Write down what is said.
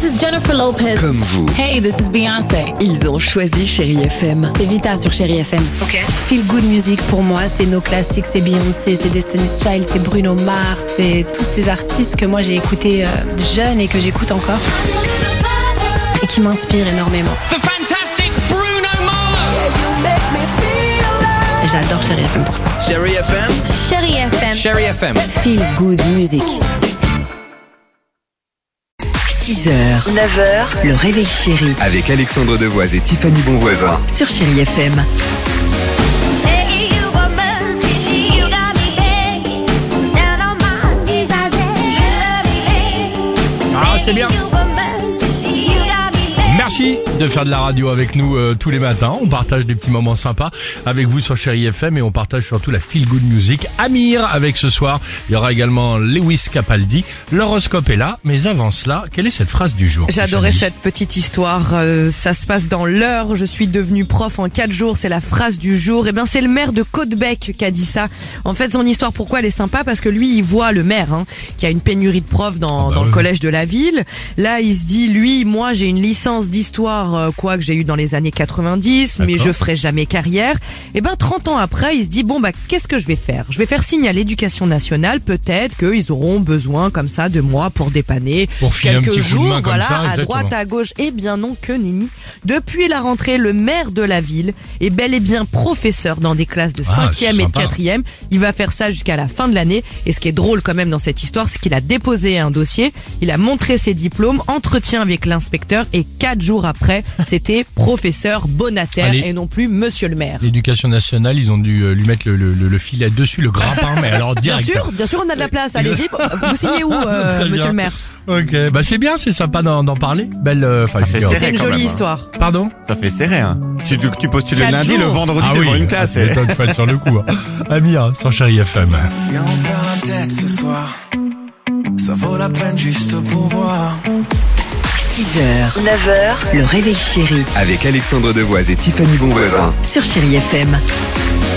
this is Jennifer Lopez. Comme vous. Hey, this is Beyoncé. Ils ont choisi Chérie FM. C'est Vita sur Chérie FM. Ok. Feel Good Music pour moi, c'est nos classiques, c'est Beyoncé, c'est Destiny's Child, c'est Bruno Mars, c'est tous ces artistes que moi j'ai écoutés jeune et que j'écoute encore et qui m'inspirent énormément. The fantastic Bruno Mars. J'adore Chérie FM pour ça. Chérie FM. Chérie FM. Chérie FM. Feel Good Music. 6h, 9h, le réveil chéri Avec Alexandre Devoise et Tiffany Bonvoisin. sur Chérie FM. Ah, c'est bien. Merci de faire de la radio avec nous tous les matins. On partage des petits moments sympas avec vous sur Chérie FM et on partage surtout la Feel Good Music. Amir avec ce soir. Il y aura également Lewis Capaldi. L'horoscope est là, mais avant cela, quelle est cette phrase du jour? J'adorais Tiffany cette petite histoire. Ça se passe dans l'heure. Je suis devenue prof en 4 jours. C'est la phrase du jour. Eh bien, c'est le maire de Caudebec qui a dit ça. En fait, son histoire, pourquoi elle est sympa? Parce que lui, il voit le maire, qui a une pénurie de profs dans le collège de la ville. Là, il se dit, lui, moi, j'ai une licence d'histoire, que j'ai eu dans les années 90, mais D'accord. je ferai jamais carrière. Et ben, 30 ans après, il se dit, qu'est-ce que je vais faire? Je vais faire signe à l'éducation nationale. Peut-être qu'ils auront besoin, comme ça, de moi pour dépanner. Pour filer un quelques petit coup de jours, main comme voilà, ça, à exactement. droite, à gauche. Eh bien non, que nenni. Depuis la rentrée, le maire de la ville est bel et bien professeur dans des classes de 5e c'est et de sympa. 4e. Il va faire ça jusqu'à la fin de l'année. Et ce qui est drôle quand même dans cette histoire, c'est qu'il a déposé un dossier, il a montré ses diplômes, entretien avec l'inspecteur et 4 jours après, c'était professeur Bonater Allez. et non plus monsieur le maire. L'éducation nationale, ils ont dû lui mettre le filet dessus, le grappin, mais alors Bien direct. sûr, on a de la place. Allez-y, vous signez où, Très monsieur bien. le maire? Ok, c'est bien, c'est sympa d'en parler. Belle, fait serré. C'était une quand jolie même, hein. histoire. Pardon? Ça fait serré, hein. Tu postules le 4 lundi, le jours. vendredi devant une classe. ça m'étonne, faut être sur le coup. Amir, sur Chérie FM. Viens, on perd la tête ce soir. Ça vaut la peine juste pour voir. 6h, 9h, le réveil chéri Avec Alexandre Devoise et Tiffany Bonvoisin. sur Chérie FM.